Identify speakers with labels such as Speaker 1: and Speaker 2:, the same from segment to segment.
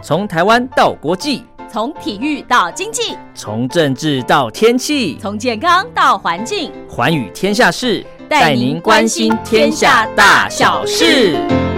Speaker 1: 从台湾到国际，
Speaker 2: 从体育到经济，
Speaker 1: 从政治到天气，
Speaker 2: 从健康到环境，
Speaker 1: 寰宇天下事，
Speaker 2: 带您关心天下大小事。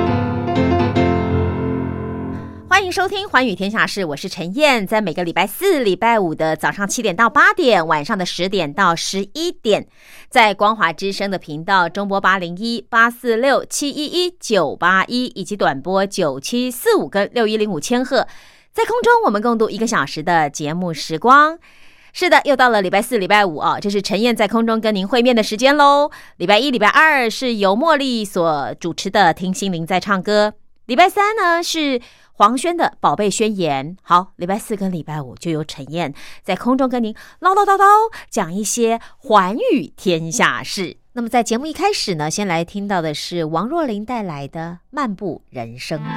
Speaker 2: 欢迎收听寰宇天下事，我是陈燕，在每个礼拜四、礼拜五的早上7点到8点，晚上的10点到11点，在光华之声的频道中波801-846-711-981以及短波9745跟6105千赫，在空中我们共度1个小时的节目时光。是的，又到了礼拜四、礼拜五这是陈燕在空中跟您会面的时间咯。礼拜一、礼拜二是由茉莉所主持的听心灵在唱歌，礼拜三呢是黄轩的宝贝宣言。好，礼拜四跟礼拜五就由陈燕在空中跟您唠唠叨叨讲一些寰宇天下事。那么在节目一开始呢，先来听到的是王若琳带来的《漫步人生路》。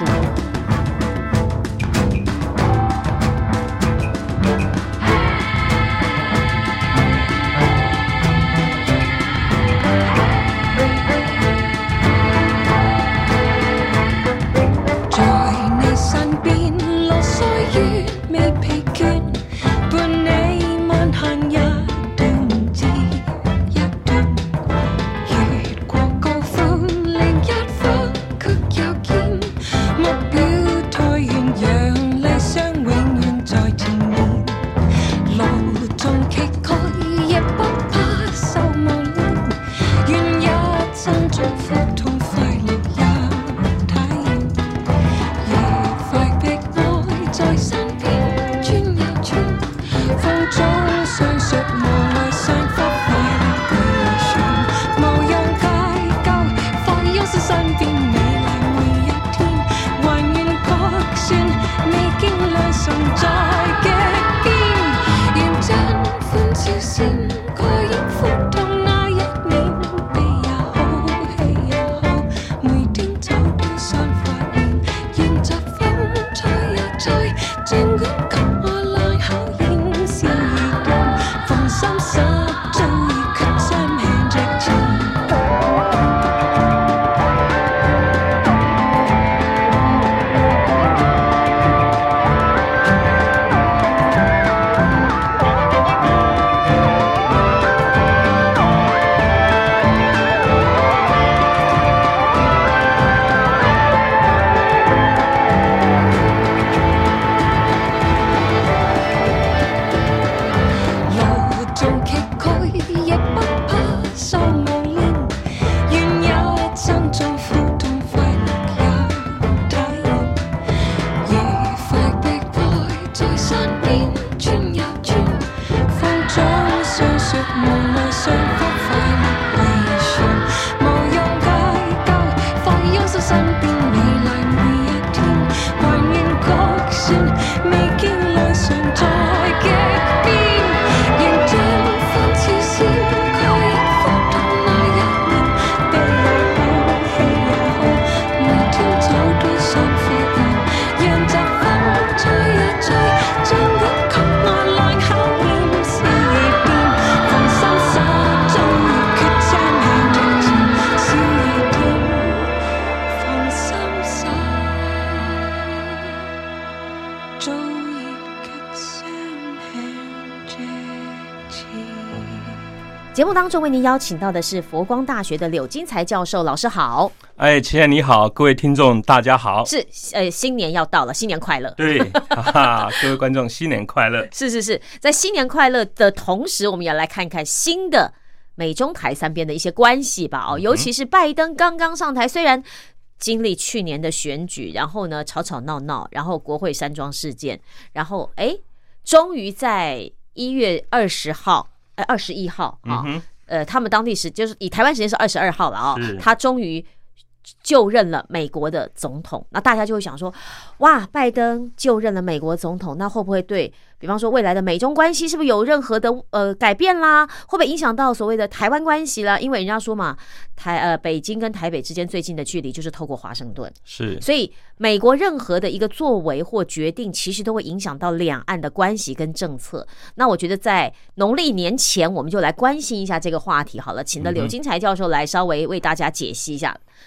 Speaker 2: 节目当中为您邀请到的是佛光大学的柳金才教授，老师好。
Speaker 3: 陈燕你好，各位听众大家好。
Speaker 2: 是新年要到了，新年快乐。对，
Speaker 3: 各位观众新年快乐。
Speaker 2: 是，在新年快乐的同时，我们也来看看新的美中台三边的一些关系吧。尤其是拜登刚刚上台，虽然经历去年的选举，然后呢吵吵闹闹，然后国会山庄事件，然后终于在1月21号他们当地就是以台湾时间是22号了他终于就任了美国的总统。那大家就会想说，哇，拜登就任了美国总统，那会不会对比方说未来的美中关系是不是有任何的改变啦？会不会影响到所谓的台湾关系啦？因为人家说嘛，北京跟台北之间最近的距离就是透过华盛顿，
Speaker 3: 是，
Speaker 2: 所以美国任何的一个作为或决定，其实都会影响到两岸的关系跟政策。那我觉得在农历年前，我们就来关心一下这个话题好了，请了柳金才教授来稍微为大家解析一下。那老师，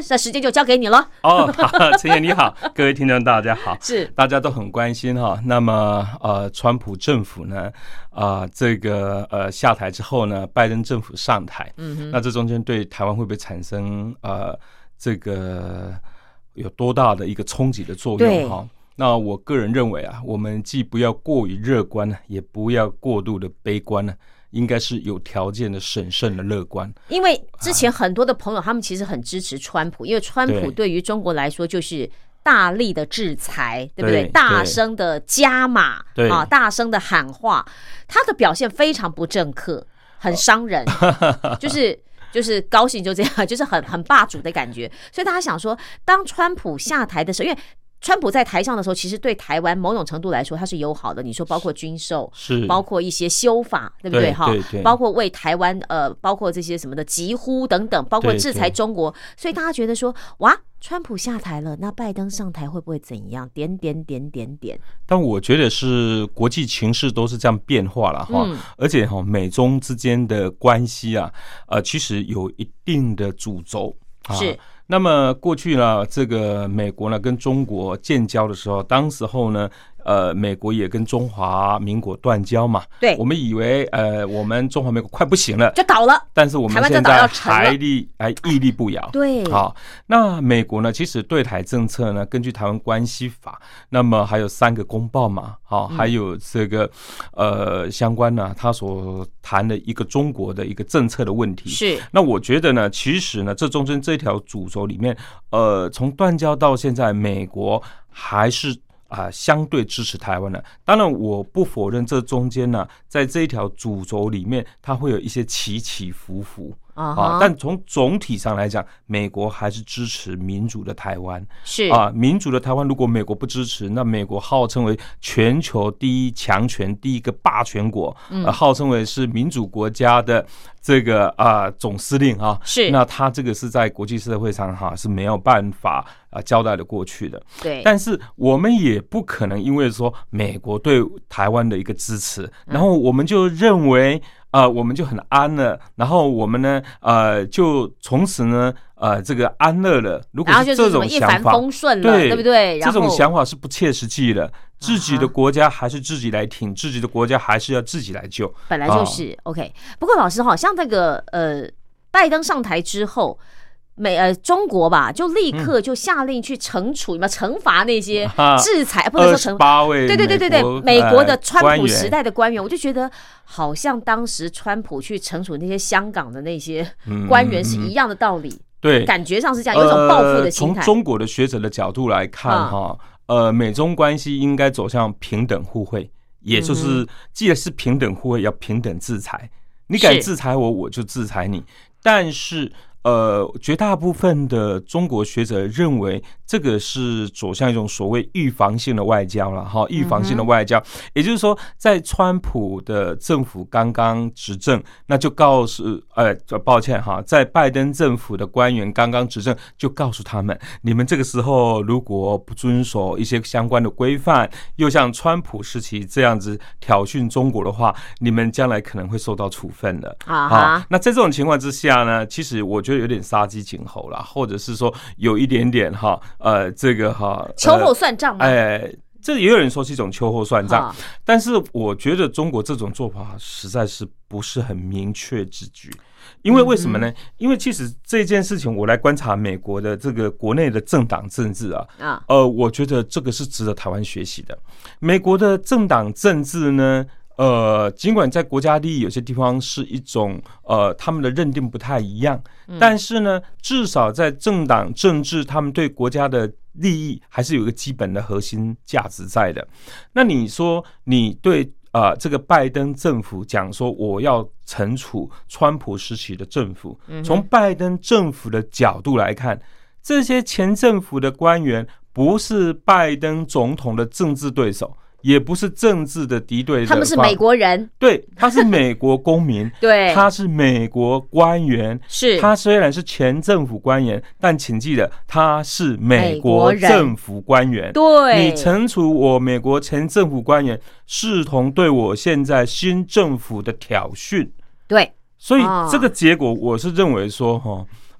Speaker 2: 师，这时间就交给你了。
Speaker 3: 好，陈燕你好，各位听众大家好，
Speaker 2: 是
Speaker 3: 大家都很关心哈。那么川普政府呢，这个下台之后呢，拜登政府上台，那这中间对台湾会不会产生这个有多大的一个冲击的作用哈？那我个人认为我们既不要过于乐观呢，也不要过度的悲观呢。应该是有条件的审慎的乐观，
Speaker 2: 因为之前很多的朋友他们其实很支持川普，因为川普对于中国来说就是大力的制裁，对不对？大声的加码，大声的喊话，他的表现非常不正客，很伤人，就是高兴就这样，就是很霸主的感觉。所以大家想说，当川普下台的时候，因为川普在台上的时候，其实对台湾某种程度来说，他是友好的。你说包括军售，是包括一些修法，对不对？哈，包括为台湾包括这些什么的疾呼等等，包括制裁中国。所以大家觉得说，哇，川普下台了，那拜登上台会不会怎样？点。
Speaker 3: 但我觉得是国际情势都是这样变化了哈，而且美中之间的关系其实有一定的主轴
Speaker 2: 是。
Speaker 3: 那么过去呢，这个美国呢跟中国建交的时候，当时候呢，美国也跟中华民国断交嘛。对，我们以为我们中华民国快不行了，
Speaker 2: 就倒了。
Speaker 3: 但是我们现在还屹立不摇。
Speaker 2: 对，
Speaker 3: 好，那美国呢，其实对台政策呢，根据台湾关系法，那么还有3个公报嘛，好，还有这个相关呢，他所谈的一个中国的一个政策的问题。是，那我觉得呢，其实呢，这中间这条主轴里面，从断交到现在，美国还是相对支持台湾的。当然，我不否认这中间呢，在这一条主轴里面，它会有一些起起伏伏。但从总体上来讲，美国还是支持民主的台湾。是民主的台湾，如果美国不支持，那美国号称为全球第一强权、第一个霸权国，号称为是民主国家的这个总司令是。那他这个是在国际社会上是没有办法交代的过去的。对，但是我们也不可能因为说美国对台湾的一个支持，然后我们就认为。我们就很安了，然后我们呢，就从此呢，这个安乐了。如果是这种想法，一帆风顺了，对不对？这种想法是不切实际的。自己的国家还是自己来挺，自己的国家还是要自己来救。
Speaker 2: 本来就是 OK。不过老师像这个拜登上台之后。中国吧，就立刻就下令去惩处、惩罚那些制裁，不能说惩罚。28位对，美国的川普时代的官员，我就觉得好像当时川普去惩处那些香港的那些官员是一样的道理。对，感觉上是这样，有一种报复的心态。
Speaker 3: 从中国的学者的角度来看美中关系应该走向平等互惠，也就是既然是平等互惠，要平等制裁。你敢制裁我，我就制裁你。但是绝大部分的中国学者认为，这个是走向一种所谓预防性的外交了哈，预防性的外交，也就是说，在川普的政府刚刚执政，那就告诉抱歉哈，在拜登政府的官员刚刚执政，就告诉他们，你们这个时候如果不遵守一些相关的规范，又像川普时期这样子挑衅中国的话，你们将来可能会受到处分的啊。那在这种情况之下呢，其实我觉得有点杀鸡儆猴啦，或者是说有一点点这个
Speaker 2: 秋后算账嘛。
Speaker 3: 这也有人说是一种秋后算账，但是我觉得中国这种做法实在是不是很明确之举。因为为什么呢？因为其实这件事情，我来观察美国的这个国内的政党政治我觉得这个是值得台湾学习的。美国的政党政治呢，尽管在国家利益有些地方是一种他们的认定不太一样，但是呢，至少在政党政治，他们对国家的利益还是有一个基本的核心价值在的。那你说你对这个拜登政府讲说我要惩处川普时期的政府，从拜登政府的角度来看，这些前政府的官员不是拜登总统的政治对手，也不是政治的敌对的，
Speaker 2: 他们是美国人，
Speaker 3: 对，他是美国公民，对，他是美国官员，是他虽然是前政府官员，但请记得他是美国政府官员，对，你惩处我美国前政府官员，视同对我现在新政府的挑衅，对，所以这个结果我是认为说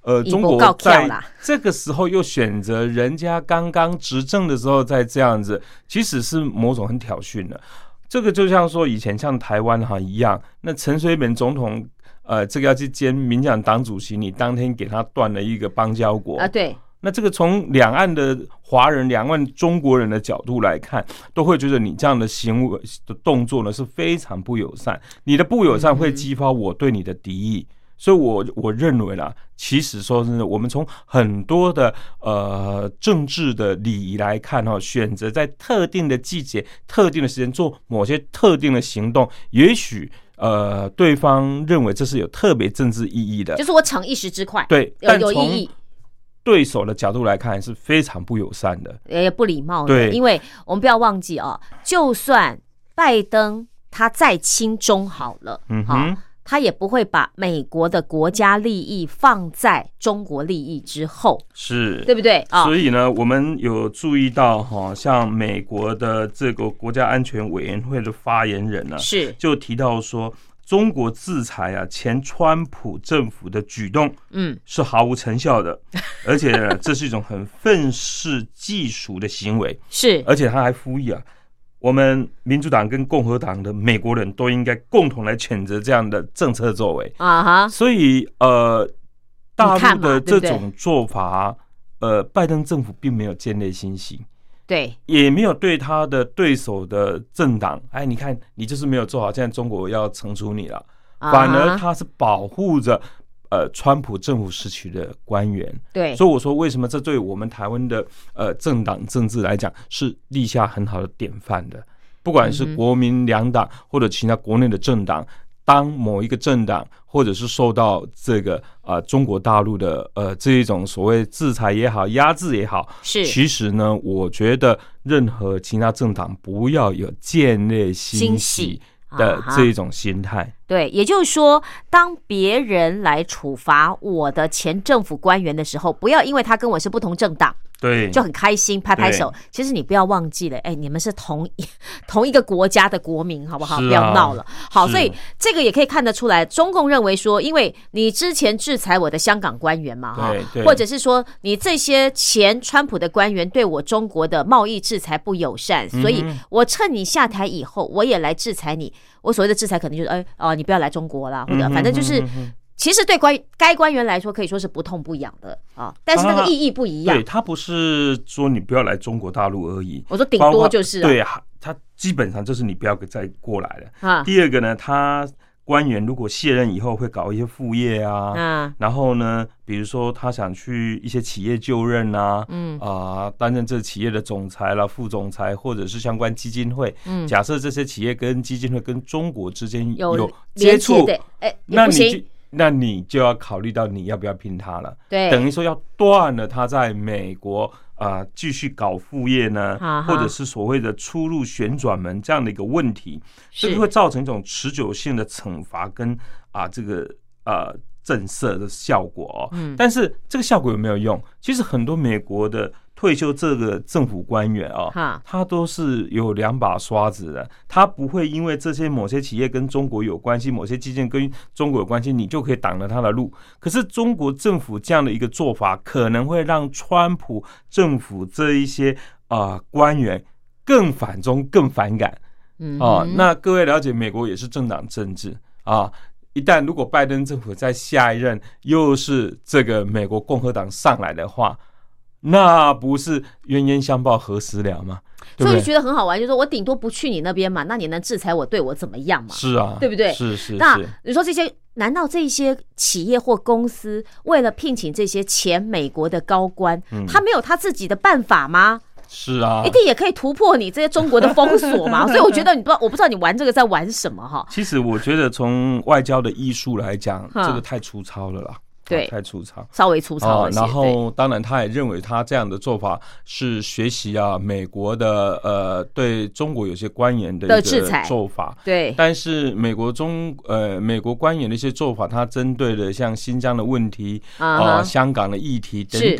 Speaker 3: 中国在这个时候又选择人家刚刚执政的时候再这样子，其实是某种很挑衅的。这个就像说以前像台湾一样，那陈水扁总统这个要去兼民进党党主席，你当天给他断了一个邦交国
Speaker 2: 啊，对。
Speaker 3: 那这个从两岸的华人、两岸中国人的角度来看，都会觉得你这样的行为的动作呢是非常不友善。你的不友善会激发我对你的敌意，所以我认为啦，其实说真的，我们从很多的政治的礼仪来看选择在特定的季节、特定的时间做某些特定的行动，也许对方认为这是有特别政治意义的，
Speaker 2: 就是我逞一时之快，
Speaker 3: 对，
Speaker 2: 有意义。
Speaker 3: 对手的角度来看是非常不友善的，
Speaker 2: 也不礼貌的。
Speaker 3: 对，
Speaker 2: 因为我们不要忘记就算拜登他再亲中好了，他也不会把美国的国家利益放在中国利益之后，
Speaker 3: 是，
Speaker 2: 对不对？
Speaker 3: 所以呢，我们有注意到像美国的这个国家安全委员会的发言人呢，
Speaker 2: 是
Speaker 3: 就提到说，中国制裁前川普政府的举动，是毫无成效的，而且呢，这是一种很愤世嫉俗的行为，
Speaker 2: 是，
Speaker 3: 而且他还呼吁我们民主党跟共和党的美国人都应该共同来谴责这样的政策作为所以大陆的这种做法，拜登政府并没有见猎心喜。
Speaker 2: 对，
Speaker 3: 也没有对他的对手的政党，你看你就是没有做好，现在中国要惩处你了，反而他是保护着川普政府时期的官员。
Speaker 2: 对，
Speaker 3: 所以我说为什么这对我们台湾的政党政治来讲是立下很好的典范的，不管是国民两党或者其他国内的政党。当某一个政党或者是受到这个中国大陆的这一种所谓制裁也好、压制也好，
Speaker 2: 是，
Speaker 3: 其实呢，我觉得任何其他政党不要有见猎心喜的这一种心态。
Speaker 2: 对，也就是说，当别人来处罚我的前政府官员的时候，不要因为他跟我是不同政党，
Speaker 3: 对，
Speaker 2: 就很开心拍拍手。其实你不要忘记了，你们是同一个国家的国民，好不好？不要闹了。好，所以这个也可以看得出来，中共认为说，因为你之前制裁我的香港官员嘛，或者是说你这些前川普的官员对我中国的贸易制裁不友善，所以我趁你下台以后，我也来制裁你。我所谓的制裁可能就是你不要来中国啦，或者反正就是其实对该官员来说可以说是不痛不痒的但是那个意义不一样。
Speaker 3: 对，他不是说你不要来中国大陆而已，
Speaker 2: 我说顶多就是
Speaker 3: 对，他基本上就是你不要再过来了。第二个呢，他官员如果卸任以后会搞一些副业然后呢，比如说他想去一些企业就任担任这企业的总裁啦、副总裁，或者是相关基金会。假设这些企业跟基金会跟中国之间有接触，那你就要考虑到你要不要拼他了。
Speaker 2: 对，
Speaker 3: 等于说要断了他在美国继续搞副业呢，或者是所谓的出入旋转门这样的一个问题，这个会造成一种持久性的惩罚跟这个震慑的效果但是这个效果有没有用？其实很多美国的退休这个政府官员他都是有两把刷子的，他不会因为这些某些企业跟中国有关系，某些基建跟中国有关系，你就可以挡了他的路。可是中国政府这样的一个做法，可能会让川普政府这一些官员更反中、更反感。那各位了解，美国也是政党政治一旦如果拜登政府在下一任又是这个美国共和党上来的话，那不是冤冤相报何时了吗？
Speaker 2: 所以觉得很好玩，就是说我顶多不去你那边嘛，那你能制裁我，对我怎么样嘛？
Speaker 3: 是啊，
Speaker 2: 对不对？
Speaker 3: 是。
Speaker 2: 那你说难道这些企业或公司为了聘请这些前美国的高官，他没有他自己的办法吗？
Speaker 3: 是啊，
Speaker 2: 一定也可以突破你这些中国的封锁嘛。所以我觉得我不知道你玩这个在玩什么
Speaker 3: 其实我觉得从外交的艺术来讲，这个太粗糙了啦。
Speaker 2: 对，
Speaker 3: 太粗糙，
Speaker 2: 稍微粗糙一些。
Speaker 3: 然后当然他也认为他这样的做法是学习美国的对中国有些官员的一个做法。
Speaker 2: 对，
Speaker 3: 但是美国官员的一些做法，他针对的像新疆的问题香港的议题等等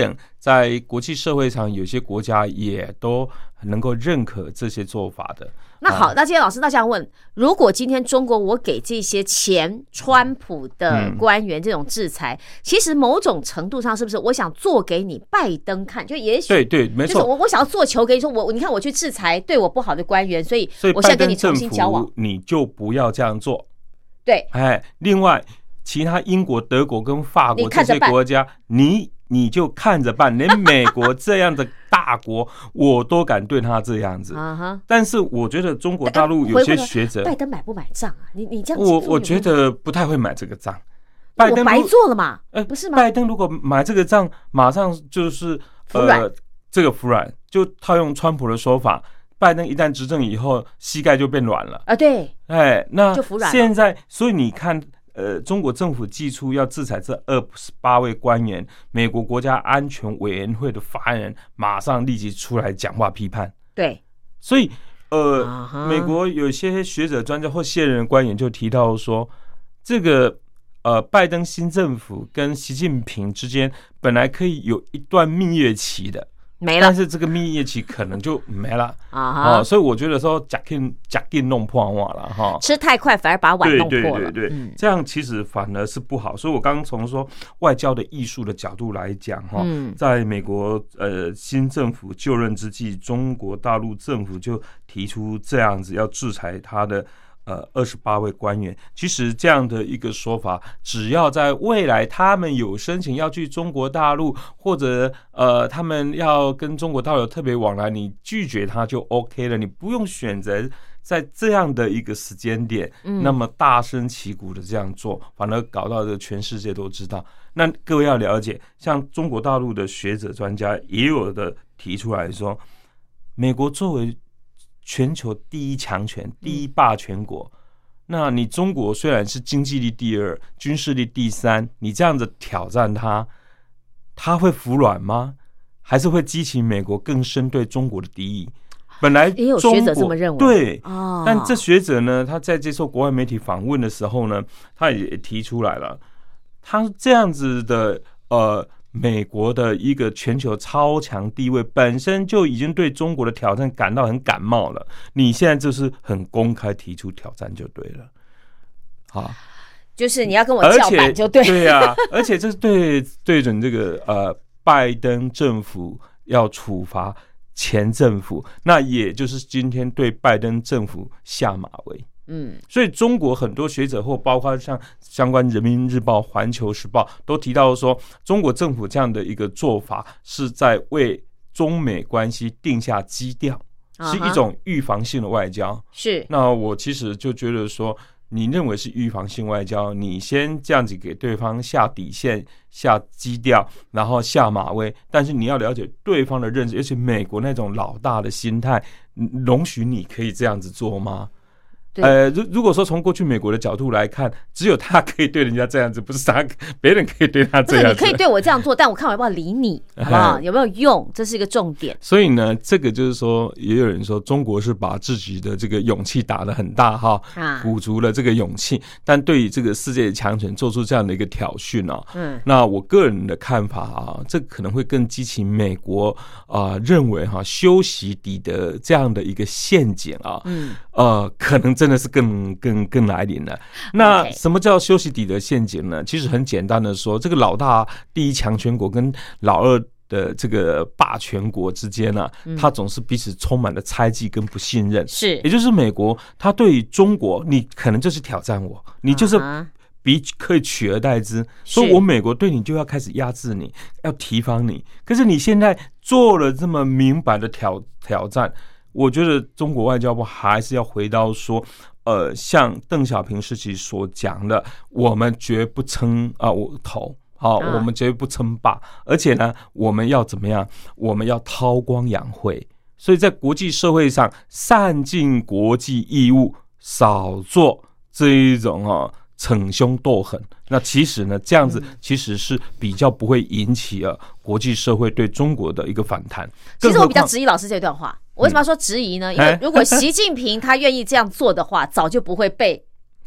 Speaker 3: 在国际社会上，有些国家也都能够认可这些做法的。
Speaker 2: 那好，那今天老师那这样问，如果今天中国我给这些前川普的官员这种制裁，其实某种程度上是不是我想做给你拜登看？就也许
Speaker 3: 对，没错，
Speaker 2: 就是我想要做球给你说，你看我去制裁对我不好的官员，所以我现在跟你重新交往，
Speaker 3: 你就不要这样做。
Speaker 2: 对，
Speaker 3: 另外其他英国、德国跟法国这些国家，你就看着办，连美国这样的大国，我都敢对他这样子。但是我觉得中国大陆有些学者，
Speaker 2: 拜登买不买账啊？你这样
Speaker 3: 我觉得不太会买这个账。
Speaker 2: 拜登白做了嘛？不是吗？
Speaker 3: 拜登如果买这个账，马上就是这个服软，就套用川普的说法，拜登一旦执政以后，膝盖就变软了
Speaker 2: 啊。对，
Speaker 3: 那
Speaker 2: 就服软了。
Speaker 3: 现在，所以你看。中国政府寄出要制裁这28位官员，美国国家安全委员会的发言人马上立即出来讲话批判。
Speaker 2: 对，
Speaker 3: 所以美国有些学者专家或现任官员就提到说，这个拜登新政府跟习近平之间本来可以有一段蜜月期的。
Speaker 2: 没了，
Speaker 3: 但是这个蜜月期可能就没了所以我觉得说假定弄破碗了哈，
Speaker 2: 吃太快反而把碗弄破了。
Speaker 3: 对，这样其实反而是不好。所以我刚刚从说外交的艺术的角度来讲哈，在美国新政府就任之际，中国大陆政府就提出这样子要制裁他的。28位官员，其实这样的一个说法，只要在未来他们有申请要去中国大陆，或者他们要跟中国大陆有特别往来，你拒绝他就 OK 了，你不用选择在这样的一个时间点，那么大声旗鼓的这样做，反而搞到这全世界都知道。那各位要了解，像中国大陆的学者专家也有的提出来说，美国作为全球第一强权、第一霸权国，那你中国虽然是经济力第2、军事力第3，你这样子挑战他会服软吗？还是会激起美国更深对中国的敌意？本来
Speaker 2: 也有学者这么认为，
Speaker 3: 对，但这学者呢，他在接受国外媒体访问的时候呢，他也提出来了，他这样子的美国的一个全球超强地位本身就已经对中国的挑战感到很感冒了，你现在就是很公开提出挑战就对了，
Speaker 2: 就是你要跟我叫板就对了，
Speaker 3: 对啊，而且这是对准这个拜登政府要处罚前政府，那也就是今天对拜登政府下马威。所以中国很多学者或包括像相关人民日报、环球时报都提到说，中国政府这样的一个做法是在为中美关系定下基调，是一种预防性的外交。是，那我其实就觉得说，你认为是预防性外交，你先这样子给对方下底线、下基调，然后下马威，但是你要了解对方的认知，而且美国那种老大的心态，容许你可以这样子做吗？如果说从过去美国的角度来看，只有他可以对人家这样子，不是他别人可以对他这样子。
Speaker 2: 你可以对我这样做，但我看我要不要理你，好不好？有没有用？这是一个重点。
Speaker 3: 所以呢，这个就是说，也有人说中国是把自己的这个勇气打得很大哈，鼓足了这个勇气，但对于这个世界的强权做出这样的一个挑衅那我个人的看法这可能会更激起美国认为修习底的这样的一个陷阱可能真的是更来临了。那什么叫修习底的陷阱呢？其实很简单的说，这个老大第一强权国跟老二的这个霸权国之间它总是彼此充满了猜忌跟不信任。是，也就是美国，它对于中国，你可能就是挑战我，你就是可以取而代之，说我美国对你就要开始压制你，要提防你。可是你现在做了这么明白的挑战。我觉得中国外交部还是要回到说，像邓小平时期所讲的，我们绝不称头，我们绝不称霸，而且呢，我们要怎么样？我们要韬光养晦。所以在国际社会上，善尽国际义务，少做这一种逞凶斗狠。那其实呢，这样子其实是比较不会引起国际社会对中国的一个反弹。
Speaker 2: 其实我比较质疑老师这段话。我为什么要说质疑呢？因为如果习近平他愿意这样做的话，早就不会被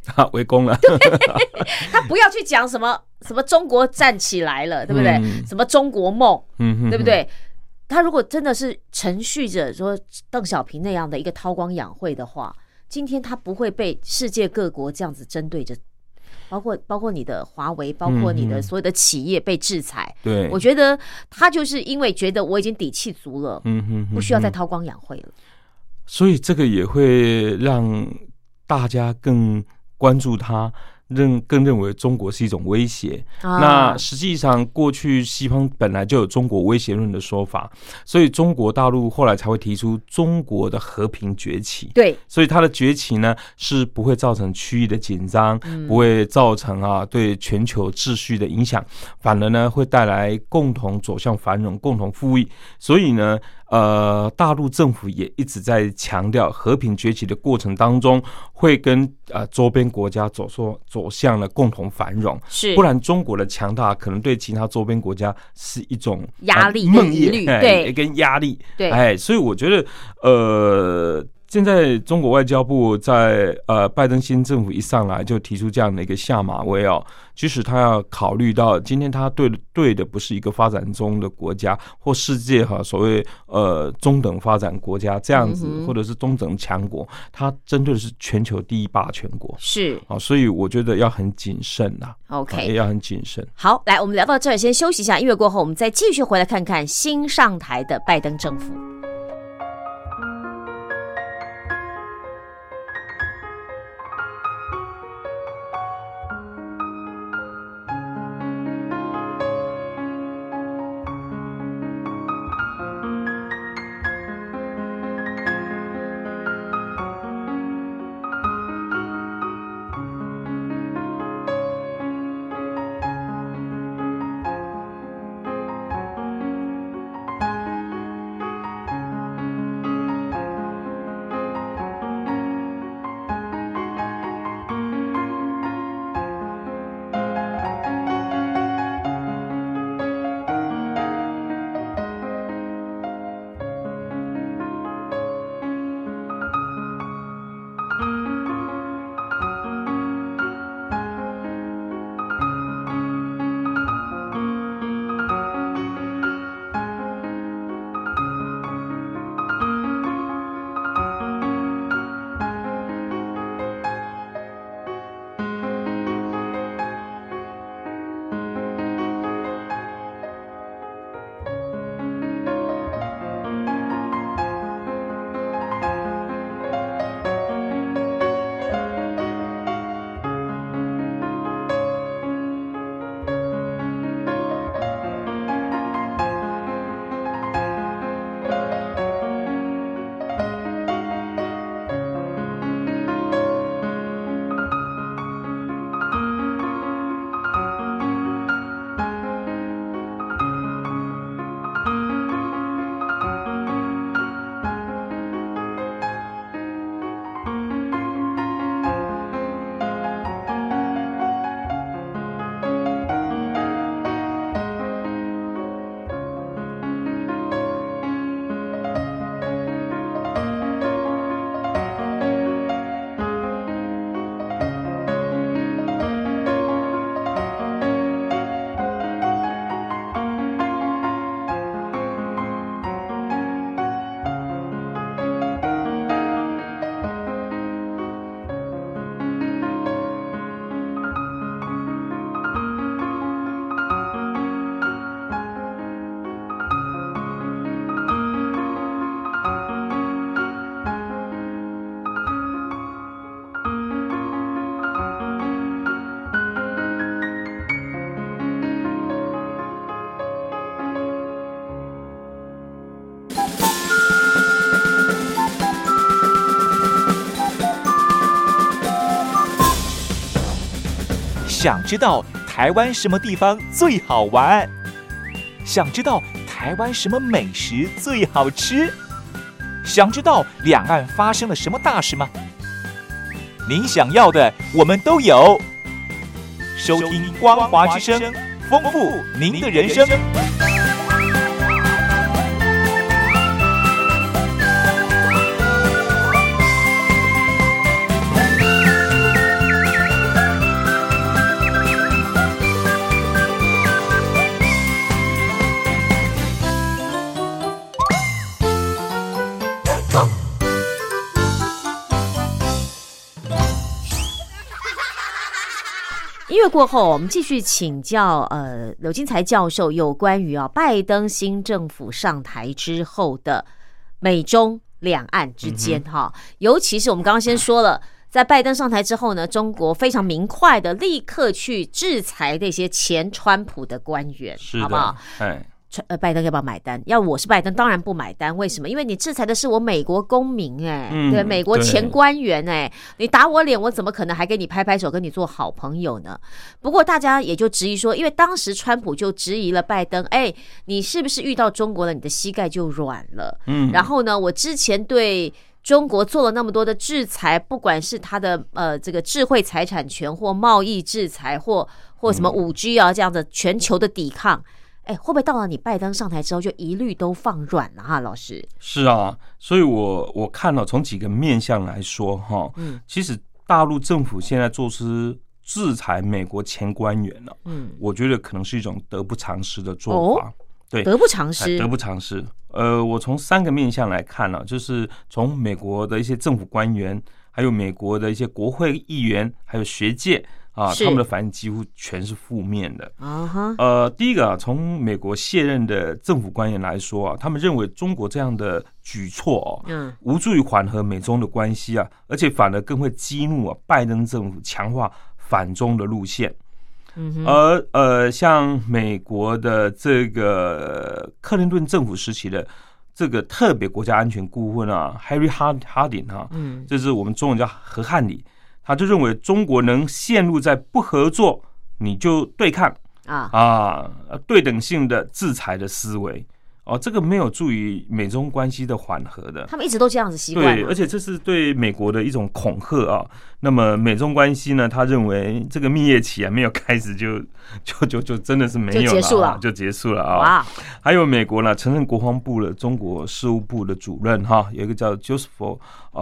Speaker 3: 围攻了。
Speaker 2: 他不要去讲什么中国站起来了，对不对？什么中国梦，对不对？他如果真的是承续着说邓小平那样的一个韬光养晦的话，今天他不会被世界各国这样子针对着，包括你的华为，包括你的所有的企业被制裁。
Speaker 3: 对，
Speaker 2: 我觉得他就是因为觉得我已经底气足了，不需要再韬光养晦了。
Speaker 3: 所以这个也会让大家更关注他。更认为中国是一种威胁。那实际上，过去西方本来就有中国威胁论的说法，所以中国大陆后来才会提出中国的和平崛起。
Speaker 2: 对，
Speaker 3: 所以它的崛起呢，是不会造成区域的紧张，不会造成对全球秩序的影响，反而呢会带来共同走向繁荣、共同富裕。所以呢，大陆政府也一直在强调，和平崛起的过程当中，会跟周边国家走向了共同繁荣，
Speaker 2: 是，不
Speaker 3: 然中国的强大可能对其他周边国家是一种
Speaker 2: 压力跟疑虑，对，
Speaker 3: 跟压力，
Speaker 2: 对，
Speaker 3: 所以我觉得现在中国外交部在拜登新政府一上来就提出这样的一个下马威其实他要考虑到今天他对的不是一个发展中的国家或世界所谓中等发展国家这样子，或者是中等强国，他针对的是全球第一霸权国，
Speaker 2: 是
Speaker 3: 所以我觉得要很谨慎啦。
Speaker 2: OK，
Speaker 3: 也要很谨慎。
Speaker 2: 好，来，我们聊到这儿，先休息一下，音乐过后，我们再继续回来看看新上台的拜登政府。
Speaker 4: 想知道台湾什么地方最好玩？想知道台湾什么美食最好吃？想知道两岸发生了什么大事吗？您想要的我们都有。收听光华之声，丰富您的人生。
Speaker 2: 乐过后，我们继续请教柳金才教授有关于拜登新政府上台之后的美中两岸之间尤其是我们刚刚先说了，在拜登上台之后呢，中国非常明快的立刻去制裁那些前川普的官员，
Speaker 3: 是的，
Speaker 2: 好不好？拜登要不要买单？要我是拜登，当然不买单。为什么？因为你制裁的是我美国公民对，美国前官员你打我脸，我怎么可能还给你拍拍手，跟你做好朋友呢？不过大家也就质疑说，因为当时川普就质疑了拜登，你是不是遇到中国了，你的膝盖就软了？然后呢，我之前对中国做了那么多的制裁，不管是他的这个智慧财产权或贸易制裁或什么5G 这样的全球的抵抗。会不会到了你拜登上台之后就一律都放软了哈？老师
Speaker 3: 是啊，所以我看了从几个面向来说其实大陆政府现在做出制裁美国前官员我觉得可能是一种得不偿失的做法。对，
Speaker 2: 得不偿失，
Speaker 3: 得不偿失。我从3个面向来看就是从美国的一些政府官员，还有美国的一些国会议员，还有学界。他们的反应几乎全是负面的。第一个从美国卸任的政府官员来说他们认为中国这样的举措无助于缓和美中的关系而且反而更会激怒拜登政府强化反中的路线。而像美国的这个克林顿政府时期的这个特别国家安全顾问Harry Harding 这是我们中文叫何汉礼。他就认为中国能陷入在不合作你就对抗对等性的制裁的思维这个没有助于美中关系的缓和的。
Speaker 2: 他们一直都这样子习惯，
Speaker 3: 对，而且这是对美国的一种恐吓那么美中关系呢，他认为这个蜜月期没有开始就真的是没有了，就结束了
Speaker 2: 哇！
Speaker 3: 还有美国呢，曾任国防部的中国事务部的主任有一个叫 Joseph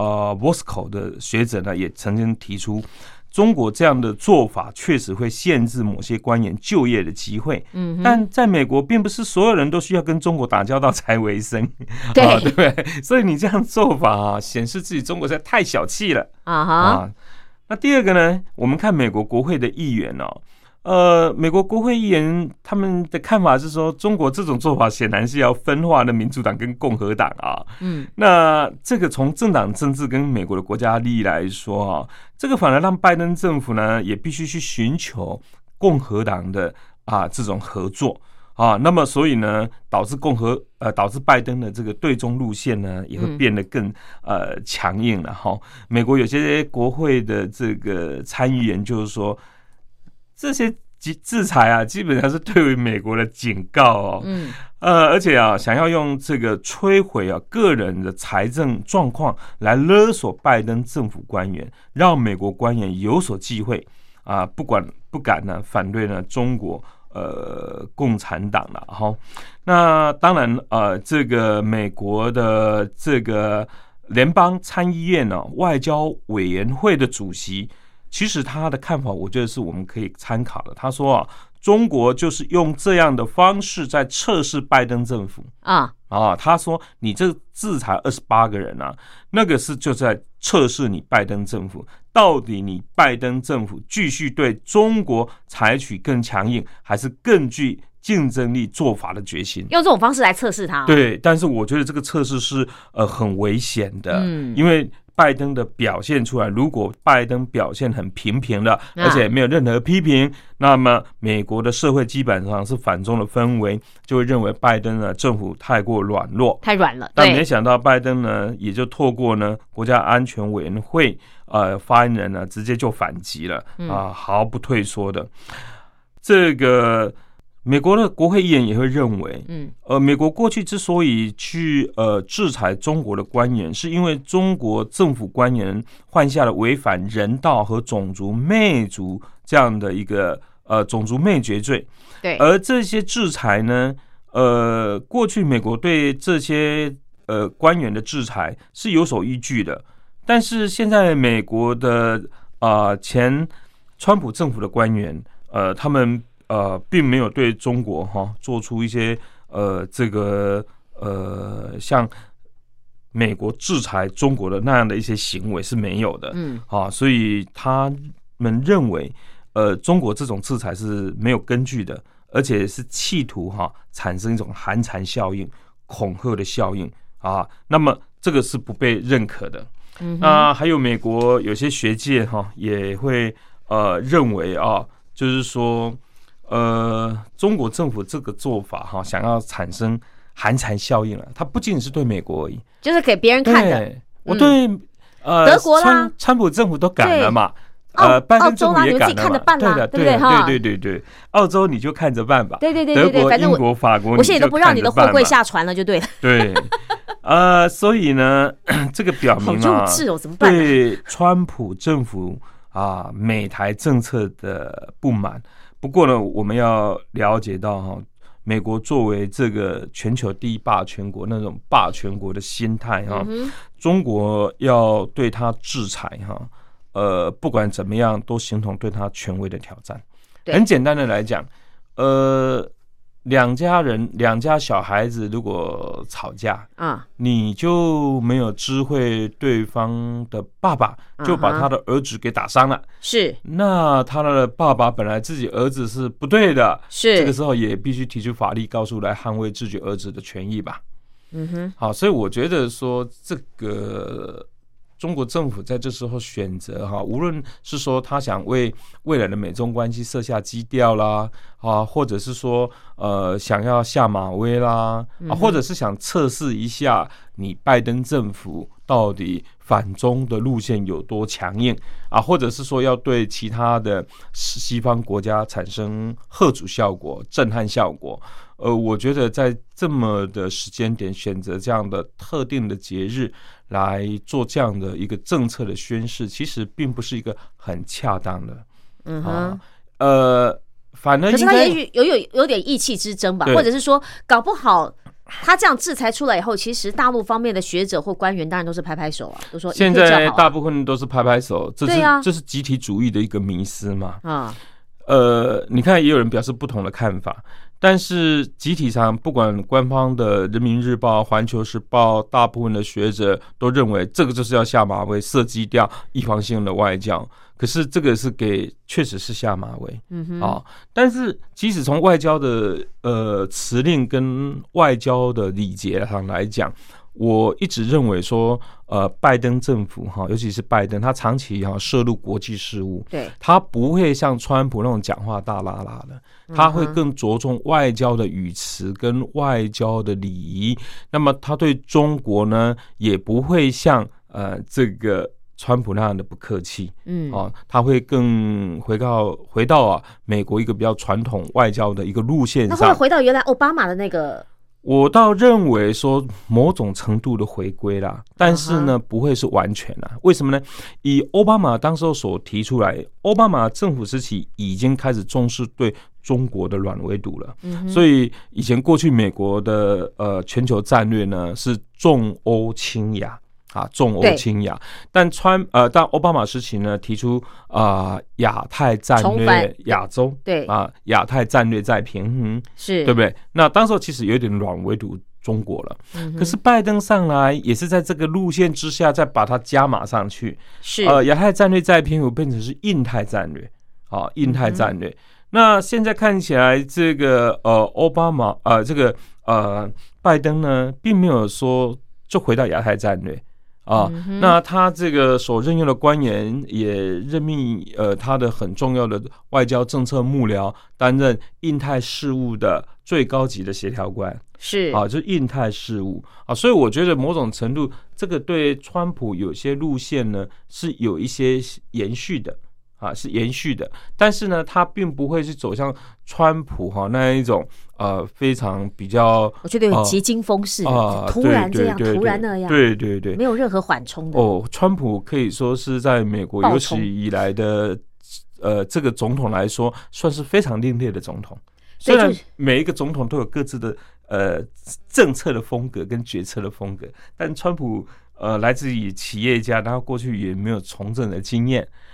Speaker 3: Vosko 的学者呢，也曾经提出。中国这样的做法确实会限制某些官员就业的机会，但在美国并不是所有人都需要跟中国打交道才为生，对不对？所以你这样做法显示自己中国实在太小气了那第二个呢，我们看美国国会的议员美国国会议员他们的看法是说，中国这种做法显然是要分化的民主党跟共和党那这个从政党政治跟美国的国家利益来说这个反而让拜登政府呢也必须去寻求共和党的这种合作那么所以呢导致拜登的这个对中路线呢也会变得更强硬了美国有些国会的这个参议员就是说，这些制裁基本上是对于美国的警告而且想要用这个摧毁个人的财政状况来勒索拜登政府官员，让美国官员有所忌讳不敢呢反对呢中国共产党了那当然这个美国的这个联邦参议院外交委员会的主席。其实他的看法我觉得是我们可以参考的。他说中国就是用这样的方式在测试拜登政府他说你这制裁28个人那个是就在测试你拜登政府到底你拜登政府继续对中国采取更强硬还是更具竞争力做法的决心，
Speaker 2: 用这种方式来测试他
Speaker 3: 对，但是我觉得这个测试是很危险的因为拜登的表现出来，如果拜登表现很平平的，而且没有任何批评，那么美国的社会基本上是反中的氛围，就会认为拜登呢政府太过软弱，
Speaker 2: 太软了。
Speaker 3: 但没想到拜登呢，也就透过呢国家安全委员会发言人呢，直接就反击了毫不退缩的。这个美国的国会议员也会认为，美国过去之所以去制裁中国的官员，是因为中国政府官员犯下了违反人道和种族灭族这样的一个种族灭绝罪。
Speaker 2: 对，
Speaker 3: 而这些制裁呢，过去美国对这些官员的制裁是有所依据的，但是现在美国的前川普政府的官员，他们并没有对中国做出一些这个像美国制裁中国的那样的一些行为是没有的。所以他们认为中国这种制裁是没有根据的，而且是企图产生一种寒蝉效应、恐吓的效应啊，那么这个是不被认可的。那还有美国有些学界也会认为就是说中国政府这个做法想要产生寒蝉效应了，它不仅仅是对美国而已，
Speaker 2: 就是给别人看的。
Speaker 3: 我对
Speaker 2: 德国啦，
Speaker 3: 川普政府都赶了嘛。
Speaker 2: 拜登政府也赶了嘛，你们自己看着办啦，对不对？
Speaker 3: 对，澳洲你就看着办吧。
Speaker 2: 对，
Speaker 3: 德国、英国、法国，
Speaker 2: 我现在都不让你的货柜下船了，就对了。
Speaker 3: 对，所以呢，这个表明
Speaker 2: 好幼稚哦，怎么办？
Speaker 3: 对川普政府美台政策的不满。不过呢，我们要了解到美国作为这个全球第一霸权国那种霸权国的心态中国要对他制裁不管怎么样都形同对他权威的挑战。很简单的来讲，两家小孩子如果吵架你就没有知会对方的爸爸，就把他的儿子给打伤了，
Speaker 2: 是，
Speaker 3: 那他的爸爸本来自己儿子是不对的，
Speaker 2: 是，
Speaker 3: 这个时候也必须提出法律告诉来捍卫自己儿子的权益吧。好，所以我觉得说这个中国政府在这时候选择无论是说他想为未来的美中关系设下基调啦或者是说想要下马威啦或者是想测试一下你拜登政府到底反中的路线有多强硬或者是说要对其他的西方国家产生吓阻效果、震撼效果。我觉得在这么的时间点选择这样的特定的节日来做这样的一个政策的宣示，其实并不是一个很恰当的。反而可
Speaker 2: 是他也许有点意气之争吧，或者是说搞不好他这样制裁出来以后，其实大陆方面的学者或官员当然都是拍拍手都说
Speaker 3: 现在大部分都是拍拍手，这是集体主义的一个迷思嘛。你看也有人表示不同的看法，但是集体上不管官方的人民日报、环球时报，大部分的学者都认为这个就是要下马威，射击掉预防性的外交。可是这个是确实是下马威但是即使从外交的辞令跟外交的礼节上来讲，我一直认为说拜登政府尤其是拜登，他长期涉入国际事务，
Speaker 2: 对，
Speaker 3: 他不会像川普那种讲话大拉拉的，他会更着重外交的语词跟外交的礼仪。那么他对中国呢，也不会像这个川普那样的不客气，他会更回到美国一个比较传统外交的一个路线上。
Speaker 2: 那会回到原来奥巴马的那个？
Speaker 3: 我倒认为说某种程度的回归啦，但是呢不会是完全啦。为什么呢？以奥巴马当时所提出来，奥巴马政府时期已经开始重视对中国的软围堵了，所以以前过去美国的全球战略呢是重欧轻亚。重欧轻亚，但奥巴马时期呢提出亚太战略，亚洲
Speaker 2: 对
Speaker 3: 亚太战略再平衡，
Speaker 2: 是，
Speaker 3: 对不对？那当时候其实有点软围堵中国了，可是拜登上来也是在这个路线之下再把它加码上去，
Speaker 2: 是
Speaker 3: 亚太战略再平衡变成是印太战略印太战略。那现在看起来这个奥巴马拜登呢并没有说就回到亚太战略。那他这个所任用的官员也任命他的很重要的外交政策幕僚担任印太事务的最高级的协调官，
Speaker 2: 是
Speaker 3: 就是印太事务所以我觉得某种程度这个对川普有些路线呢是有一些延续的是延续的，但是呢他并不会是走向川普那一种非常比较，
Speaker 2: 我觉得有急惊风式突然这样突然那样，
Speaker 3: 对，
Speaker 2: 没有任何缓冲的
Speaker 3: 川普可以说是在美国有史以来的这个总统来说算是非常另类的总统，虽然每一个总统都有各自的政策的风格跟决策的风格，但川普来自于企业家，然后过去也没有从政的经验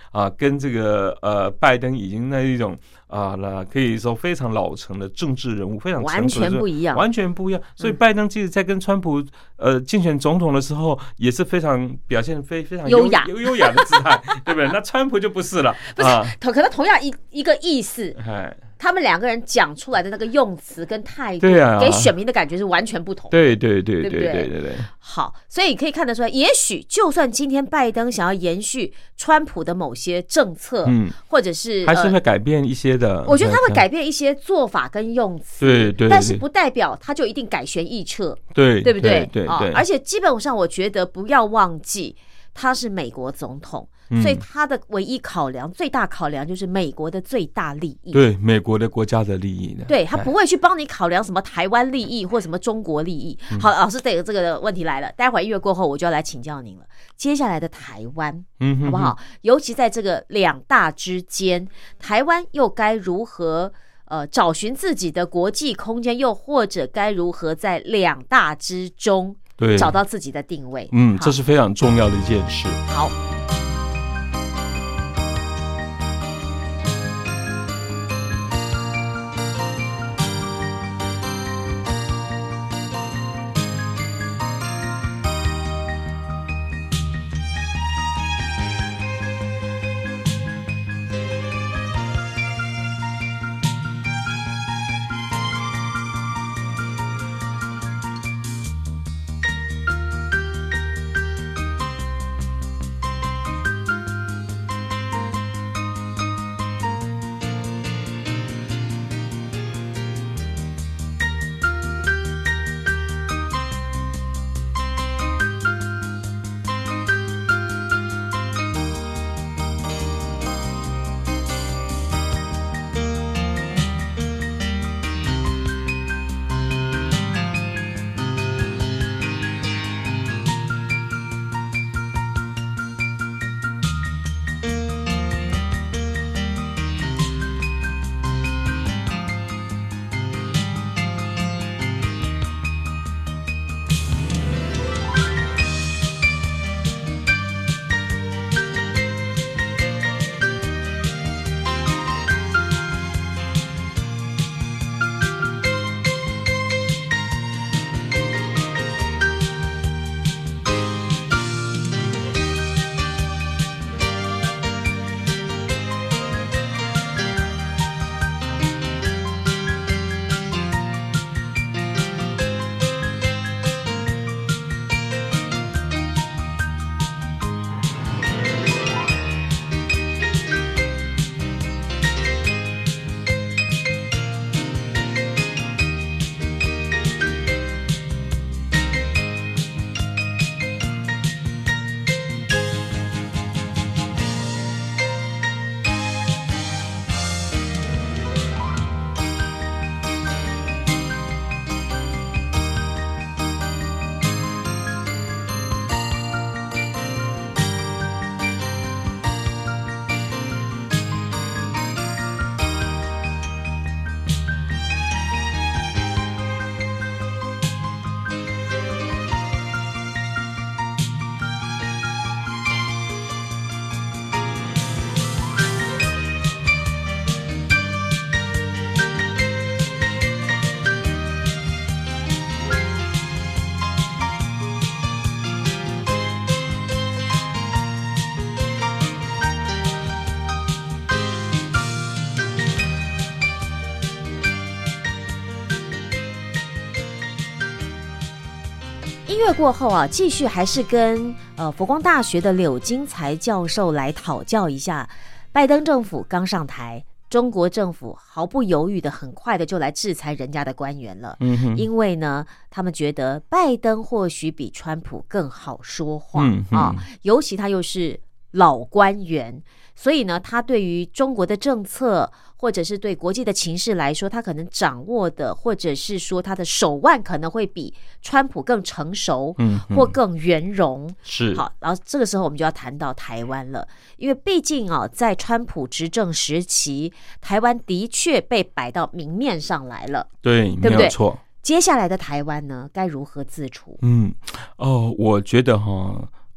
Speaker 3: 跟这个拜登已经那一种可以说非常老成的政治人物，非常
Speaker 2: 完全不一样，
Speaker 3: 完全不一样。所以拜登其实在跟川普竞选总统的时候，也是非常表现非常优雅的姿态，对不对？那川普就不是了，
Speaker 2: 不是，可能同样一个意思。他们两个人讲出来的那个用词跟态度，给选民的感觉是完全不同。
Speaker 3: 对。
Speaker 2: 好，所以你可以看得出来，也许就算今天拜登想要延续川普的某些政策，或者是
Speaker 3: 还是会改变一些的。
Speaker 2: 我觉得他会改变一些做法跟用词，
Speaker 3: 对，
Speaker 2: 但是不代表他就一定改弦易辙，
Speaker 3: 对
Speaker 2: 不对？
Speaker 3: 对。
Speaker 2: 而且基本上，我觉得不要忘记，他是美国总统。所以他的唯一考量、最大考量就是美国的最大利益，
Speaker 3: 对美国的国家的利益呢？
Speaker 2: 对，他不会去帮你考量什么台湾利益或什么中国利益。好，老师，这个问题来了，待会儿音乐过后我就要来请教您了。接下来的台湾，好不好？尤其在这个两大之间，台湾又该如何找寻自己的国际空间，又或者该如何在两大之中找到自己的定位？
Speaker 3: 这是非常重要的一件事。
Speaker 2: 好。音乐过后啊，继续还是跟佛光大学的柳金才教授来讨教一下。拜登政府刚上台，中国政府毫不犹豫的很快的就来制裁人家的官员了。因为呢，他们觉得拜登或许比川普更好说话尤其他又是老官员，所以呢，他对于中国的政策或者是对国际的情势来说，他可能掌握的或者是说他的手腕可能会比川普更成熟或更圆融。
Speaker 3: 是
Speaker 2: 好，然后这个时候我们就要谈到台湾了，因为毕竟在川普执政时期，台湾的确被摆到明面上来了，
Speaker 3: 对不对？没有错。
Speaker 2: 接下来的台湾呢，该如何自处？
Speaker 3: 我觉得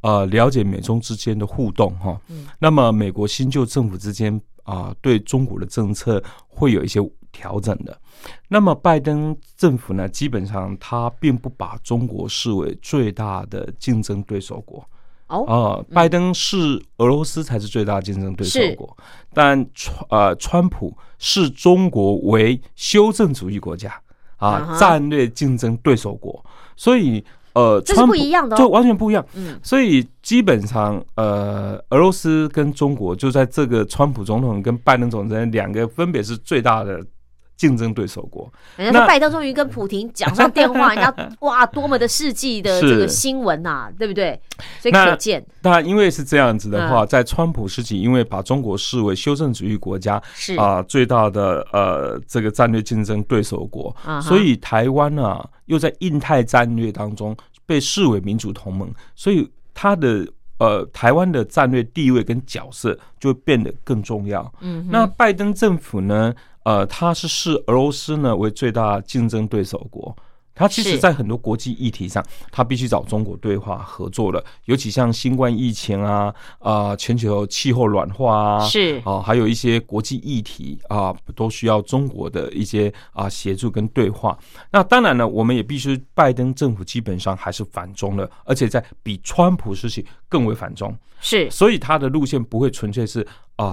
Speaker 3: 了解美中之间的互动哈。那么美国新旧政府之间对中国的政策会有一些调整的。那么拜登政府呢，基本上他并不把中国视为最大的竞争对手国。拜登视俄罗斯才是最大的竞争对手国，但川普视中国为修正主义国家战略竞争对手国，所以
Speaker 2: 这是不一样的
Speaker 3: 就完全不一样。所以基本上俄罗斯跟中国就在这个川普总统跟拜登总统之间，两个分别是最大的竞争对手国。
Speaker 2: 人家说拜登终于跟普廷讲上电话，人家哇，多么的世纪的这个新闻啊，对不对？所以可见，
Speaker 3: 当然因为是这样子的话，在川普时期，因为把中国视为修正主义国家，是最大的这个战略竞争对手国，所以台湾又在印太战略当中被视为民主同盟，所以它的台湾的战略地位跟角色就会变得更重要。那拜登政府呢？他是视俄罗斯呢为最大竞争对手国。他其实在很多国际议题上，他必须找中国对话合作的，尤其像新冠疫情全球气候暖化还有一些国际议题都需要中国的一些协助跟对话。那当然呢，我们也必须，拜登政府基本上还是反中的，而且在比川普时期更为反中，是，所以他的路线不会纯粹是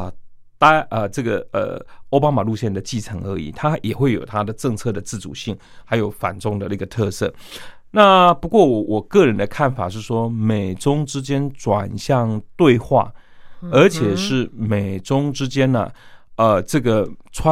Speaker 3: 奥巴马路线的继承而已，它也会有它的政策的自主性，还有反中的那个特色。那不过我个人的看法是说，美中之间转向对话，而且是美中之间呢，这个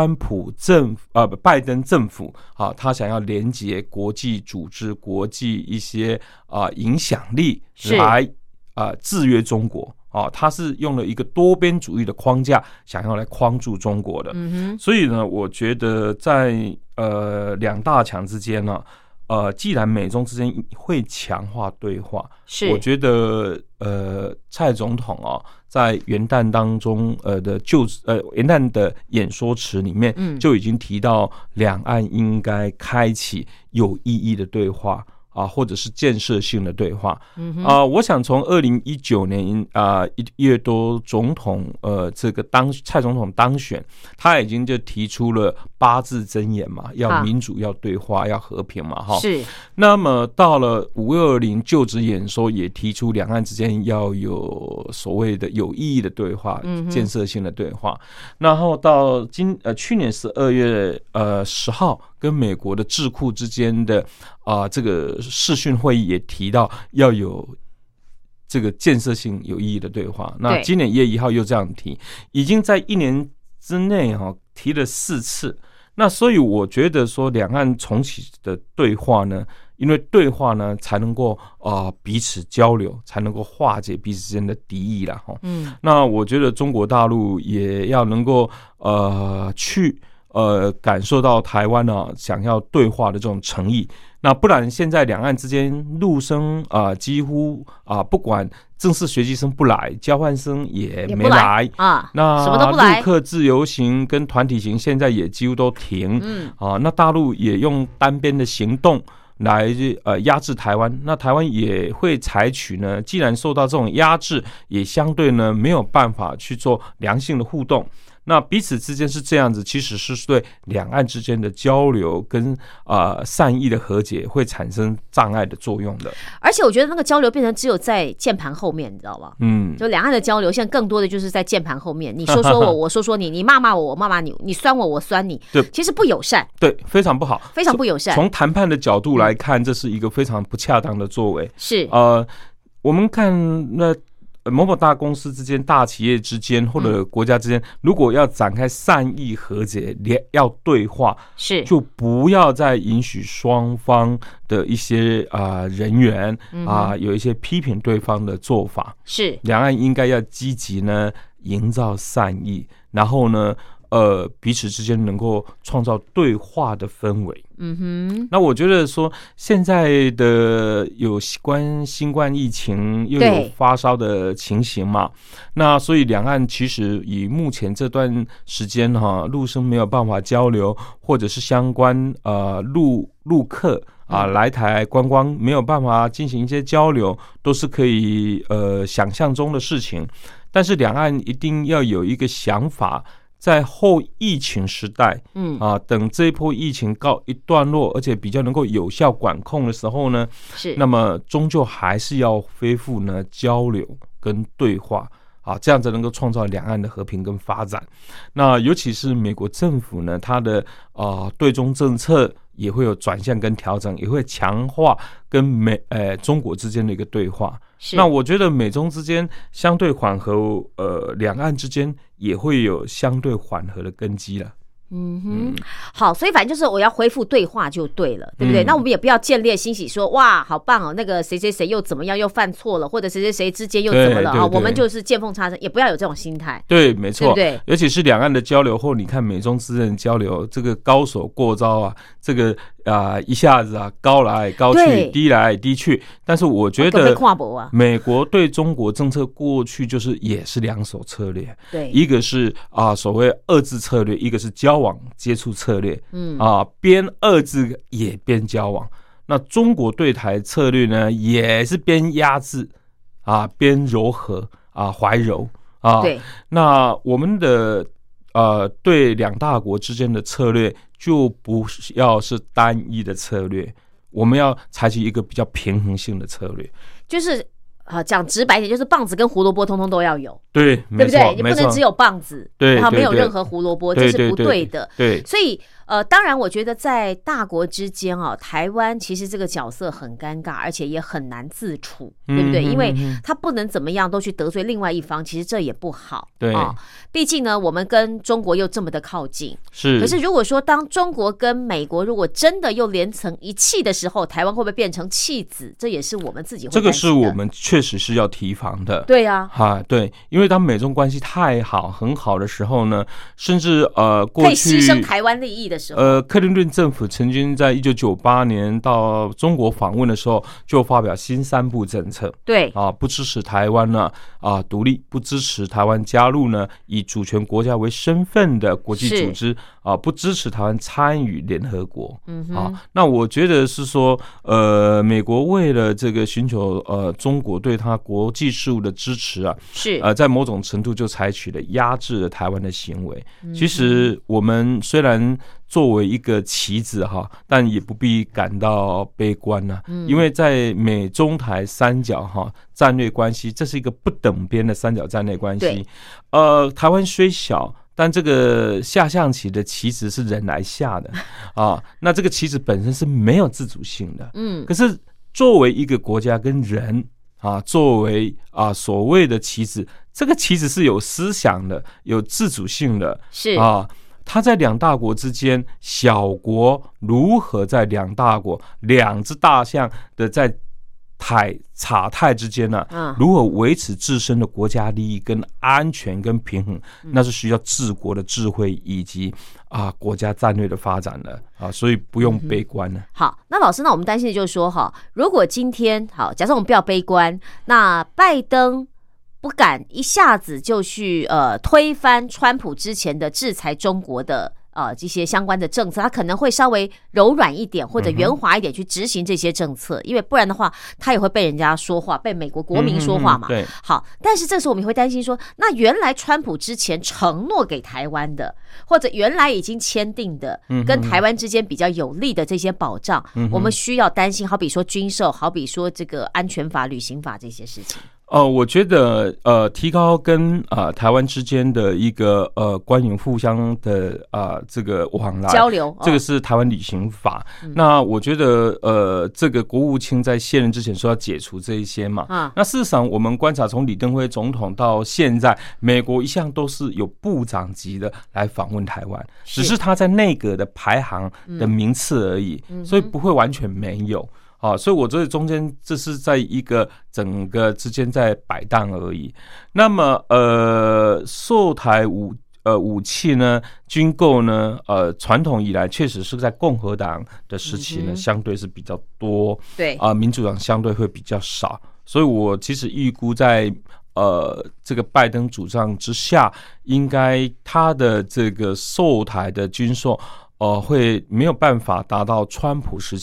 Speaker 3: 拜登政府他想要连结国际组织、国际一些影响力来制约中国。他是用了一个多边主义的框架，想要来框住中国的。所以呢，我觉得在两大强之间呢，既然美中之间会强化对话，我觉得蔡总统在元旦当中元旦的演说词里面就已经提到，两岸应该开启有意义的对话。或者是建设性的对话。我想从2019年1月多总统这个蔡总统当选，他已经就提出了8字箴言嘛，要民主、要对话、要和平嘛，是。那么到了520就职演说，也提出两岸之间要有所谓的有意义的对话、建设性的对话。然后到去年12月10号。跟美国的智库之间的这个视讯会议也提到要有这个建设性有意义的对话。那今年1月1号又这样提，已经在1年之内提了4次。那所以我觉得说，两岸重启的对话呢，因为对话呢才能够彼此交流，才能够化解彼此之间的敌意啦。那我觉得中国大陆也要能够去感受到台湾想要对话的这种诚意。那不然现在两岸之间陆生几乎不管正式学习生不来，交换生也没来那什么都不来，陆客自由行跟团体行现在也几乎都停。那大陆也用单边的行动来压制台湾，那台湾也会采取呢，既然受到这种压制，也相对呢没有办法去做良性的互动。那彼此之间是这样子，其实是对两岸之间的交流跟善意的和解会产生障碍的作用的。
Speaker 2: 而且我觉得那个交流变成只有在键盘后面，你知道吧？就两岸的交流现在更多的就是在键盘后面，你说说我，我说说你，你骂骂我，我骂骂你，你酸我，我酸你，对，其实不友善，
Speaker 3: 对，非常不好，
Speaker 2: 非常不友善。
Speaker 3: 从谈判的角度来看，这是一个非常不恰当的作为。
Speaker 2: 是
Speaker 3: 我们看那。某某大公司之间、大企业之间或者国家之间，如果要展开善意和解、要对话，是就不要再允许双方的一些人员有一些批评对方的做法。是两岸应该要积极呢营造善意，然后呢彼此之间能够创造对话的氛围。那我觉得说现在的有关新冠疫情又有发烧的情形嘛，那所以两岸其实以目前这段时间陆生没有办法交流，或者是相关陆客来台观光没有办法进行一些交流，都是可以想象中的事情。但是两岸一定要有一个想法，在后疫情时代，等这一波疫情告一段落，而且比较能够有效管控的时候呢，那么终究还是要恢复呢交流跟对话。这样子能够创造两岸的和平跟发展。那尤其是美国政府呢，它的对中政策也会有转向跟调整，也会强化跟中国之间的一个对话。那我觉得美中之间相对缓和，两岸之间也会有相对缓和的根基了。
Speaker 2: 好，所以反正就是我要恢复对话就对了，对不对？那我们也不要见猎欣喜说哇好棒哦，那个谁谁谁又怎么样又犯错了，或者谁谁谁之间又怎么了啊？我们就是见缝插针，也不要有这种心态。对，
Speaker 3: 没错，
Speaker 2: 对不对？
Speaker 3: 尤其是两岸的交流后，你看美中之间的交流，这个高手过招啊，这个一下子高来高去，低来低去。但是我觉得美国对中国政策过去就是也是两手策略，对，一个是所谓遏制策略，一个是交往接触策略，边遏制也边交往。那中国对台策略呢，也是边压制边柔和怀柔对。那我们的对两大国之间的策略就不要是单一的策略，我们要采取一个比较平衡性的策略，
Speaker 2: 就是讲直白一点，就是棒子跟胡萝卜通通都要有，
Speaker 3: 对不
Speaker 2: 对？你不能只有棒子，然后没有任何胡萝卜，这是不对的。对，所以当然，我觉得在大国之间台湾其实这个角色很尴尬，而且也很难自处，对不对？因为他不能怎么样都去得罪另外一方，其实这也不好。对毕竟呢，我们跟中国又这么的靠近，可是如果说当中国跟美国如果真的又连成一气的时候，台湾会不会变成弃子？这也是我们自己会担心的。这个
Speaker 3: 是我们确实是要提防的。
Speaker 2: 对啊，
Speaker 3: 对，因为当美中关系太好、很好的时候呢，甚至过去
Speaker 2: 可以牺牲台湾利益的时候，
Speaker 3: 克林顿政府曾经在1998年到中国访问的时候，就发表新3部政策。
Speaker 2: 对
Speaker 3: 不支持台湾呢独立，不支持台湾加入呢以主权国家为身份的国际组织不支持台湾参与联合国。那我觉得是说美国为了这个寻求中国对他国际事务的支持是在某种程度就采取了压制了台湾的行为。其实我们虽然作为一个棋子但也不必感到悲观因为在美中台三角战略关系，这是一个不等边的三角战略关系。台湾虽小，但这个下象棋的棋子是人来下的那这个棋子本身是没有自主性的。可是作为一个国家跟人作为所谓的棋子，这个棋子是有思想的，有自主性的，是它在两大国之间，小国如何在两大国两只大象的在塔台之间如何维持自身的国家利益跟安全跟平衡，那是需要治国的智慧以及国家战略的发展的所以不用悲观了。
Speaker 2: 好，那老师，那我们担心的就是说如果今天假设我们不要悲观，那拜登不敢一下子就去推翻川普之前的制裁中国的这些相关的政策，他可能会稍微柔软一点或者圆滑一点去执行这些政策，因为不然的话他也会被人家说话，被美国国民说话嘛。对。好，但是这时候我们也会担心说，那原来川普之前承诺给台湾的，或者原来已经签订的跟台湾之间比较有利的这些保障，我们需要担心，好比说军售，好比说这个安全法、旅行法这些事情。
Speaker 3: 我觉得提高跟台湾之间的一个官员互相的这个往来
Speaker 2: 交流，
Speaker 3: 这个是台湾旅行法。那我觉得这个国务卿在卸任之前说要解除这一些嘛。那事实上我们观察从李登辉总统到现在，美国一向都是有部长级的来访问台湾，只是他在内阁的排行的名次而已，所以不会完全没有。所以我觉得中间这是在一个整个之间在摆荡而已。那么售台武器呢，军购呢，传统以来确实是在共和党的时期呢，相对是比较多，对民主党相对会比较少。所以我其实预估在这个拜登主张之下，应该他的这个售台的军售会没有办法达到川普时期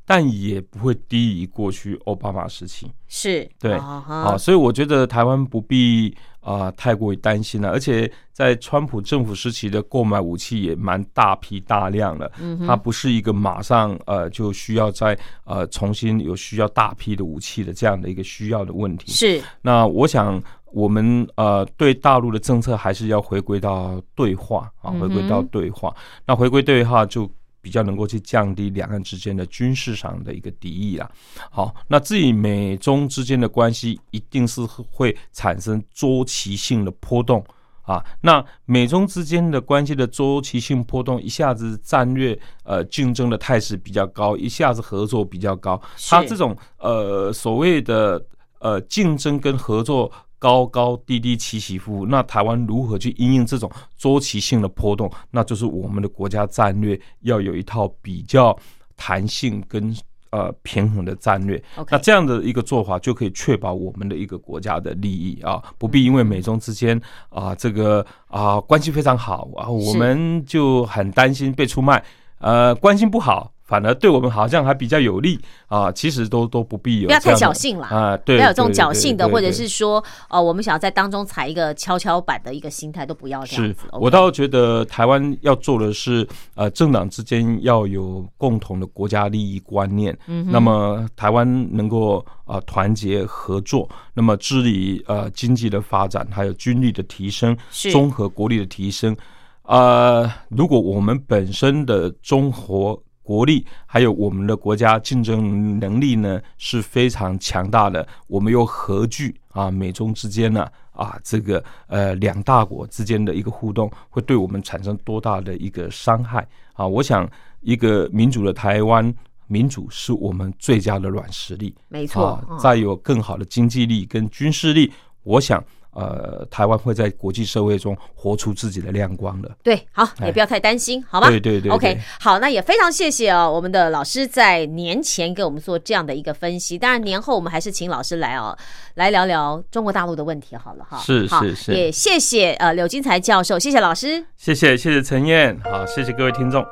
Speaker 3: 但也不会低于过去奥巴马时期。
Speaker 2: 是，
Speaker 3: 对，所以我觉得台湾不必太过于担心了，而且在川普政府时期的购买武器也蛮大批大量了，它不是一个马上就需要再重新有需要大批的武器的这样的一个需要的问题。
Speaker 2: 是，
Speaker 3: 那我想我们对大陆的政策还是要回归到对话回归到对话。那回归对话就比较能够去降低两岸之间的军事上的一个敌意啦。好，那至于美中之间的关系，一定是会产生周期性的波动那美中之间的关系的周期性波动，一下子战略竞争的态势比较高，一下子合作比较高，它这种所谓的竞争跟合作高高低低起起伏伏，那台湾如何去因应这种周期性的波动，那就是我们的国家战略要有一套比较弹性跟平衡的战略。那这样的一个做法就可以确保我们的一个国家的利益不必因为美中之间这个关系非常好我们就很担心被出卖，关系不好反而对我们好像还比较有利其实都不必有，
Speaker 2: 不要太侥幸啦
Speaker 3: 对，
Speaker 2: 不要有这种侥幸的，或者是说我们想要在当中踩一个跷跷板的一个心态，都不要这样子。
Speaker 3: 我倒觉得台湾要做的是政党之间要有共同的国家利益观念，那么台湾能够团结合作，那么致力经济的发展，还有军力的提升，综合国力的提升。如果我们本身的综合国力还有我们的国家竞争能力呢是非常强大的，我们又合聚美中之间呢这个两大国之间的一个互动会对我们产生多大的一个伤害我想一个民主的台湾，民主是我们最佳的软实力，
Speaker 2: 没错
Speaker 3: 再有更好的经济力跟军事力，我想台湾会在国际社会中活出自己的亮光的。
Speaker 2: 对，好，也不要太担心，好吗？
Speaker 3: 对
Speaker 2: OK， 好，那也非常谢谢我们的老师在年前给我们做这样的一个分析。当然，年后我们还是请老师来聊聊中国大陆的问题好了哈。
Speaker 3: 是，
Speaker 2: 也谢谢柳金才教授，谢谢老师，
Speaker 3: 谢谢陈燕，好，谢谢各位听众。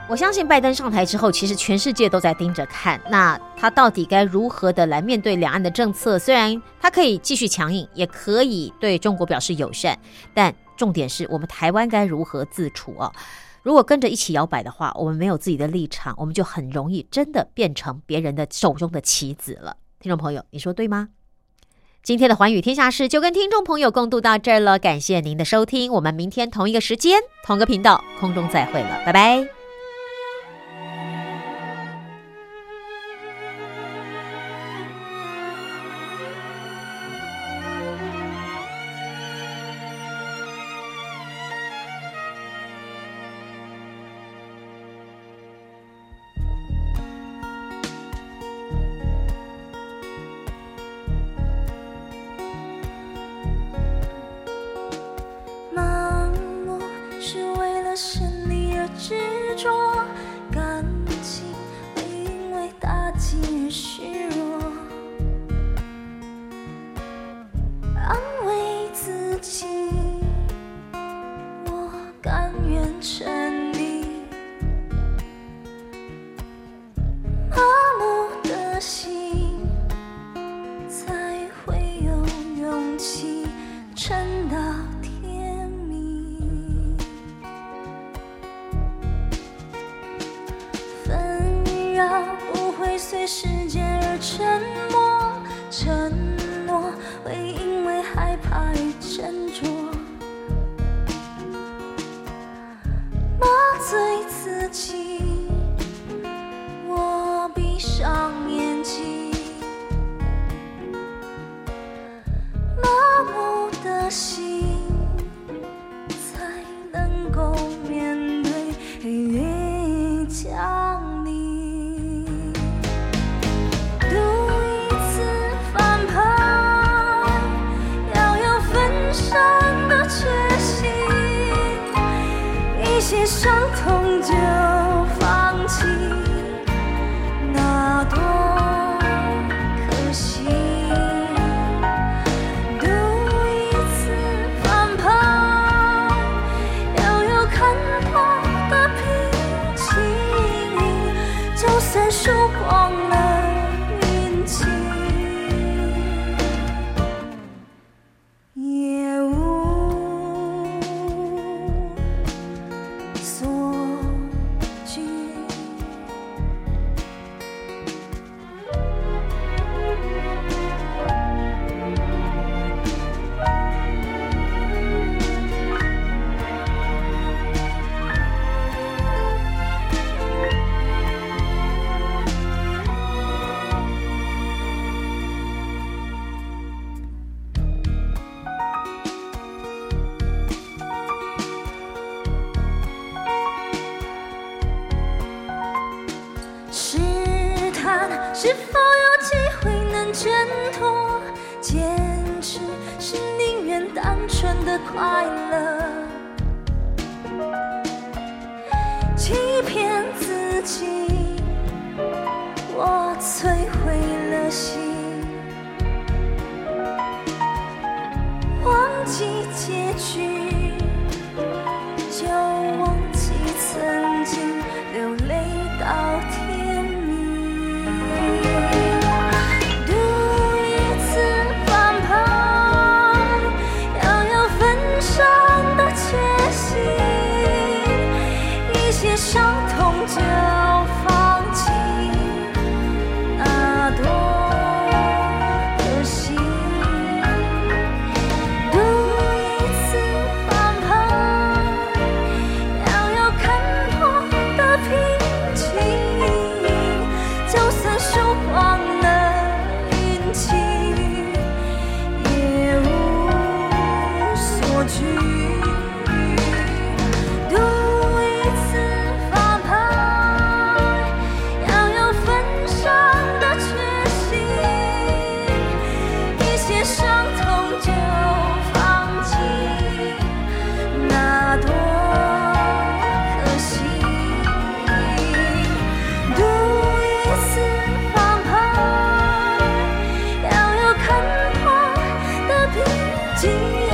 Speaker 2: 我相信拜登上台之后，其实全世界都在盯着看，那他到底该如何的来面对两岸的政策？虽然他可以继续强硬，也可以对中国表示友善，但重点是我们台湾该如何自处啊？如果跟着一起摇摆的话，我们没有自己的立场，我们就很容易真的变成别人的手中的棋子了。听众朋友，你说对吗？今天的寰宇天下事就跟听众朋友共度到这儿了，感谢您的收听，我们明天同一个时间同个频道空中再会了，拜拜。
Speaker 5: 是否有机会能挣脱？坚持是宁愿单纯的快乐，欺骗自己，我摧毁了心，忘记结局，就忘记曾经流泪到天明。赌一次翻盘，要有分手的决心，一些伤痛就放弃，那多可惜。赌一次翻盘，要有看破的平静，就算输光了运气，也无所惧。赌一次翻盘，要有分伤的决心，一些伤痛就放弃，那多可惜。赌一次翻盘，要有看破的平静。